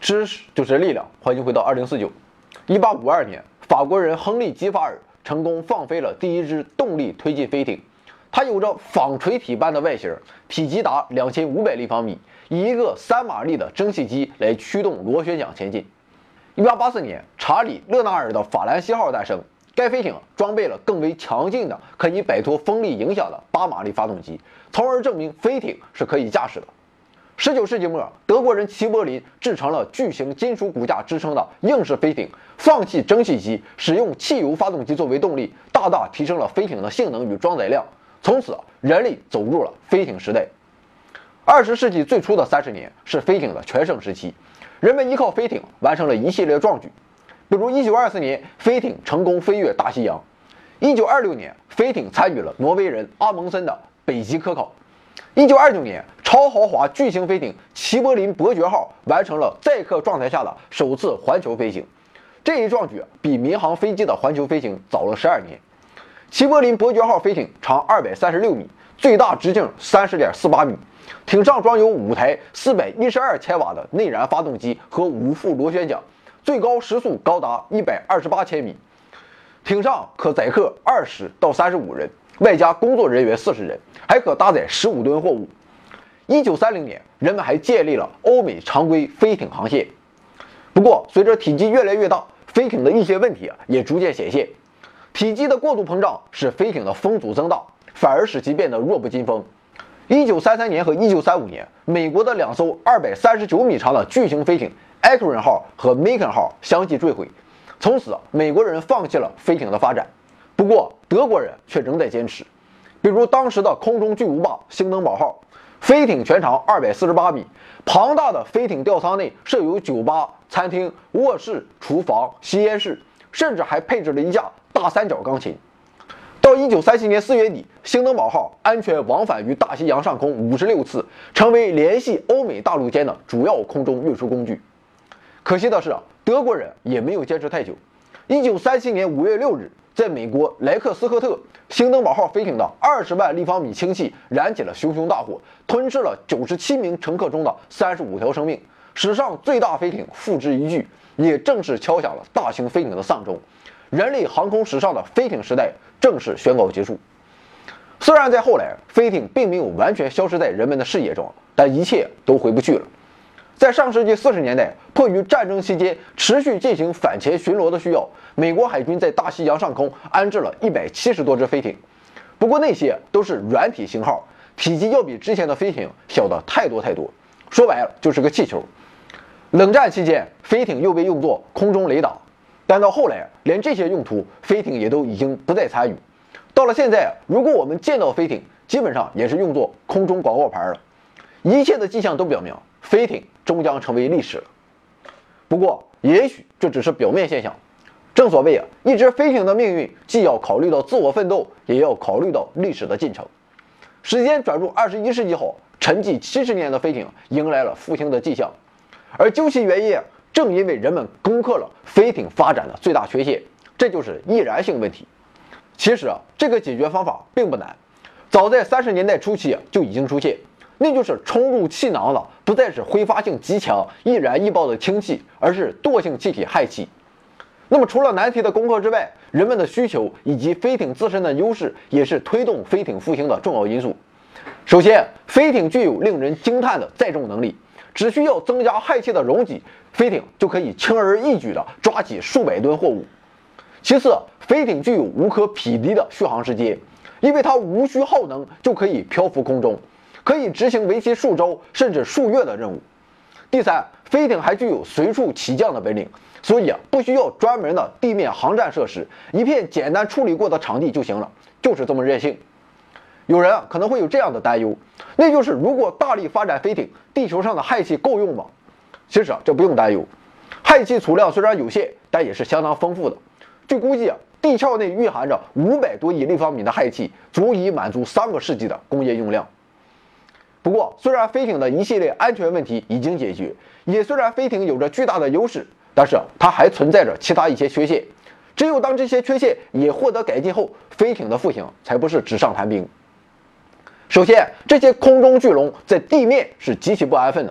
知识就是力量。欢迎回到2049。1852年，法国人亨利·吉法尔成功放飞了第一支动力推进飞艇。它有着纺锤体般的外形，体积达2500立方米，以一个3马力的蒸汽机来驱动螺旋桨前进。1884年，查理·勒纳尔的法兰西号诞生。该飞艇装备了更为强劲的、可以摆脱风力影响的8马力发动机，从而证明飞艇是可以驾驶的。19世纪末，德国人齐柏林制成了巨型金属骨架支撑的硬式飞艇，放弃蒸汽机，使用汽油发动机作为动力，大大提升了飞艇的性能与装载量。从此，人类走入了飞艇时代。20世纪最初的30年是飞艇的全盛时期，人们依靠飞艇完成了一系列壮举。比如1924年，飞艇成功飞越大西洋；1926年，飞艇参与了挪威人阿蒙森的北极科考；1929年，超豪华巨型飞艇齐柏林伯爵号完成了载客状态下的首次环球飞行。这一壮举比民航飞机的环球飞行早了12年。齐柏林伯爵号飞艇长236米，最大直径30.48米，艇上装有5台412千瓦的内燃发动机和5副螺旋桨。最高时速高达128千米，艇上可载客20到35人，外加工作人员40人，还可搭载15吨货物。1930年，人们还建立了欧美常规飞艇航线。不过，随着体积越来越大，飞艇的一些问题也逐渐显现。体积的过度膨胀使飞艇的风阻增大，反而使其变得弱不禁风。1933年和1935年，美国的2艘239米长的巨型飞艇Akron 号和 Macon 号相继坠毁，从此美国人放弃了飞艇的发展。不过德国人却仍在坚持，比如当时的空中巨无霸兴登堡号，飞艇全长248米，庞大的飞艇吊舱内设有酒吧、餐厅、卧室、厨房、吸烟室，甚至还配置了一架大三角钢琴。到1937年4月底，兴登堡号安全往返于大西洋上空56次，成为联系欧美大陆间的主要空中运输工具。可惜的是，德国人也没有坚持太久。1937年5月6日，在美国莱克斯赫特，兴登堡号飞艇的20万立方米氢气燃起了熊熊大火，吞噬了97名乘客中的35条生命，史上最大飞艇付之一炬，也正式敲响了大型飞艇的丧钟。人类航空史上的飞艇时代正式宣告结束。虽然在后来，飞艇并没有完全消失在人们的视野中，但一切都回不去了。在上世纪40年代，迫于战争期间持续进行反潜巡逻的需要，美国海军在大西洋上空安置了170多只飞艇。不过那些都是软体型号，体积要比之前的飞艇小得太多太多，说白了就是个气球。冷战期间，飞艇又被用作空中雷达，但到后来，连这些用途飞艇也都已经不再参与。到了现在，如果我们见到飞艇，基本上也是用作空中广告牌了。一切的迹象都表明，飞艇终将成为历史了。不过，也许这只是表面现象。正所谓一只飞艇的命运既要考虑到自我奋斗，也要考虑到历史的进程。时间转入21世纪后，沉寂70年的飞艇迎来了复兴的迹象。而究其原因，正因为人们攻克了飞艇发展的最大缺陷，这就是易燃性问题。其实这个解决方法并不难，早在30年代初期就已经出现。那就是冲入气囊的不再是挥发性极强、易燃易爆的氢气，而是惰性气体氦气。那么除了难题的攻克之外，人们的需求以及飞艇自身的优势也是推动飞艇复兴的重要因素。首先，飞艇具有令人惊叹的载重能力，只需要增加氦气的容积，飞艇就可以轻而易举地抓起数百吨货物。其次，飞艇具有无可匹敌的续航时间，因为它无需耗能就可以漂浮空中，可以执行为期数周甚至数月的任务。第三，飞艇还具有随处起降的本领，所以不需要专门的地面航站设施，一片简单处理过的场地就行了，就是这么任性。有人可能会有这样的担忧，那就是如果大力发展飞艇，地球上的氦气够用吗？其实这不用担忧，氦气储量虽然有限，但也是相当丰富的。据估计地壳内蕴含着500多亿立方米的氦气，足以满足3个世纪的工业用量。不过，虽然飞艇的一系列安全问题已经解决，也虽然飞艇有着巨大的优势，但是它还存在着其他一些缺陷。只有当这些缺陷也获得改进后，飞艇的复兴才不是纸上谈兵。首先，这些空中巨龙在地面是极其不安分的，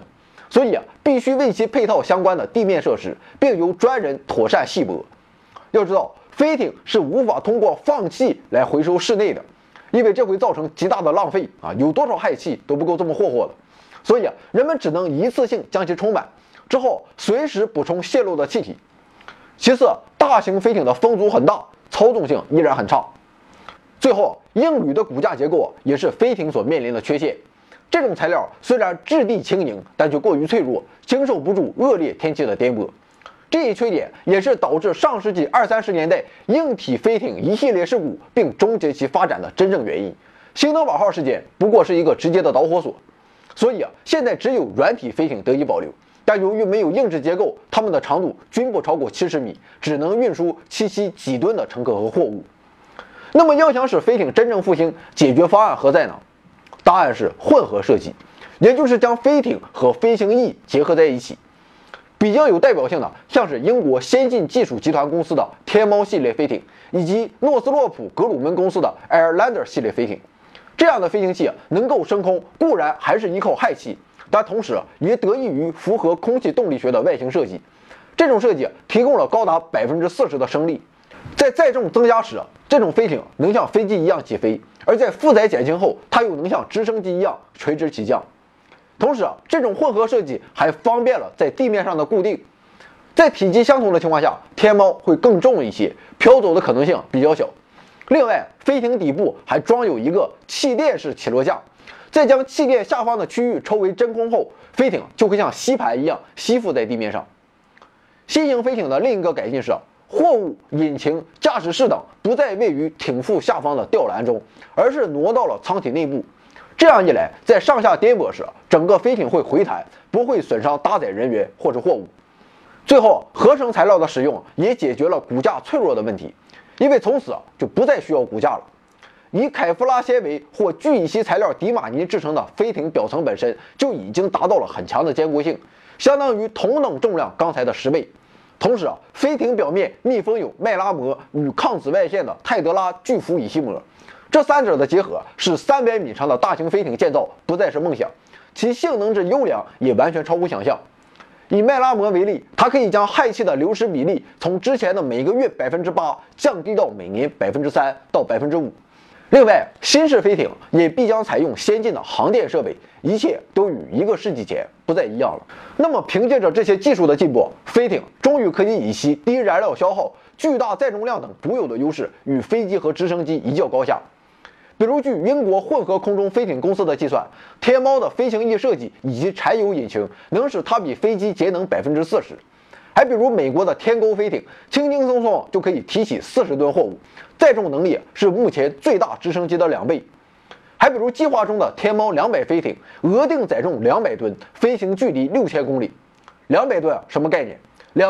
所以必须为其配套相关的地面设施，并由专人妥善细拨。要知道，飞艇是无法通过放气来回收室内的，因为这会造成极大的浪费有多少氦气都不够这么霍霍的。所以人们只能一次性将其充满，之后随时补充泄漏的气体。其次，大型飞艇的风阻很大，操纵性依然很差。最后，硬铝的骨架结构也是飞艇所面临的缺陷。这种材料虽然质地轻盈，但却过于脆弱，经受不住恶劣天气的颠簸。这一缺点也是导致上世纪20、30年代硬体飞艇一系列事故并终结其发展的真正原因。兴登堡号事件不过是一个直接的导火索。所以现在只有软体飞艇得以保留，但由于没有硬质结构，它们的长度均不超过70米，只能运输7几吨的乘客和货物。那么要想使飞艇真正复兴，解决方案何在呢？答案是混合设计，也就是将飞艇和飞行翼结合在一起。比较有代表性的，像是英国先进技术集团公司的天猫系列飞艇，以及诺斯洛普格鲁门公司的 Airlander 系列飞艇。这样的飞行器能够升空，固然还是依靠氦气，但同时也得益于符合空气动力学的外形设计。这种设计提供了高达40%的升力，在载重增加时，这种飞艇能像飞机一样起飞，而在负载减轻后，它又能像直升机一样垂直起降。同时这种混合设计还方便了在地面上的固定。在体积相同的情况下，天猫会更重一些，飘走的可能性比较小。另外，飞艇底部还装有一个气垫式起落架，在将气垫下方的区域抽为真空后，飞艇就会像吸盘一样吸附在地面上。新型飞艇的另一个改进是，货物、引擎、驾驶室等不再位于艇腹下方的吊篮中，而是挪到了舱体内部。这样一来，在上下颠簸时，整个飞艇会回弹，不会损伤搭载人员或是货物。最后，合成材料的使用也解决了骨架脆弱的问题。因为从此就不再需要骨架了。以凯夫拉纤维或聚乙烯材料底马尼制成的飞艇表层本身就已经达到了很强的坚固性，相当于同等重量钢材的10倍。同时飞艇表面密封有麦拉膜与抗紫外线的泰德拉聚氟乙烯膜，这三者的结合使300米长的大型飞艇建造不再是梦想，其性能之优良也完全超乎想象。以麦拉膜为例，它可以将氦气的流失比例从之前的每个月8%降低到每年3%到5%。另外，新式飞艇也必将采用先进的航电设备，一切都与1个世纪前不再一样了。那么，凭借着这些技术的进步，飞艇终于可以以其低燃料消耗、巨大载重量等独有的优势，与飞机和直升机一较高下。比如，据英国混合空中飞艇公司的计算，天猫的飞行翼设计以及柴油引擎能使它比飞机节能40%。还比如美国的天钩飞艇，轻轻松松就可以提起40吨货物，载重能力是目前最大直升机的2倍。还比如计划中的天猫200飞艇，额定载重200吨，飞行距离6000公里。200吨什么概念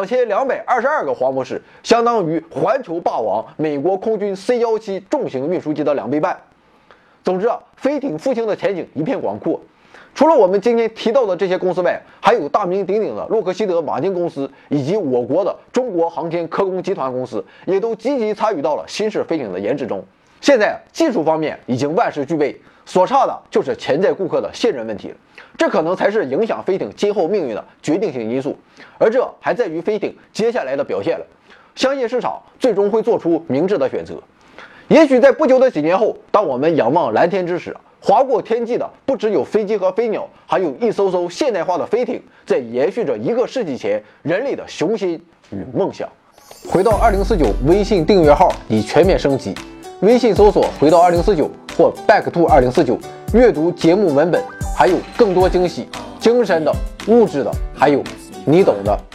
？2222个滑模式，相当于环球霸王美国空军 C-17重型运输机的2倍半。总之飞艇复兴的前景一片广阔。除了我们今天提到的这些公司外，还有大名鼎鼎的洛克希德马丁公司以及我国的中国航天科工集团公司，也都积极参与到了新式飞艇的研制中。现在技术方面已经万事俱备，所差的就是潜在顾客的信任问题了。这可能才是影响飞艇今后命运的决定性因素，而这还在于飞艇接下来的表现了。相信市场最终会做出明智的选择。也许在不久的几年后，当我们仰望蓝天之时，划过天际的不只有飞机和飞鸟，还有一艘艘现代化的飞艇，在延续着1个世纪前人类的雄心与梦想。回到2049微信订阅号已全面升级，微信搜索回到2049或 Back to 2049，阅读节目文本，还有更多惊喜，精神的、物质的，还有你懂的。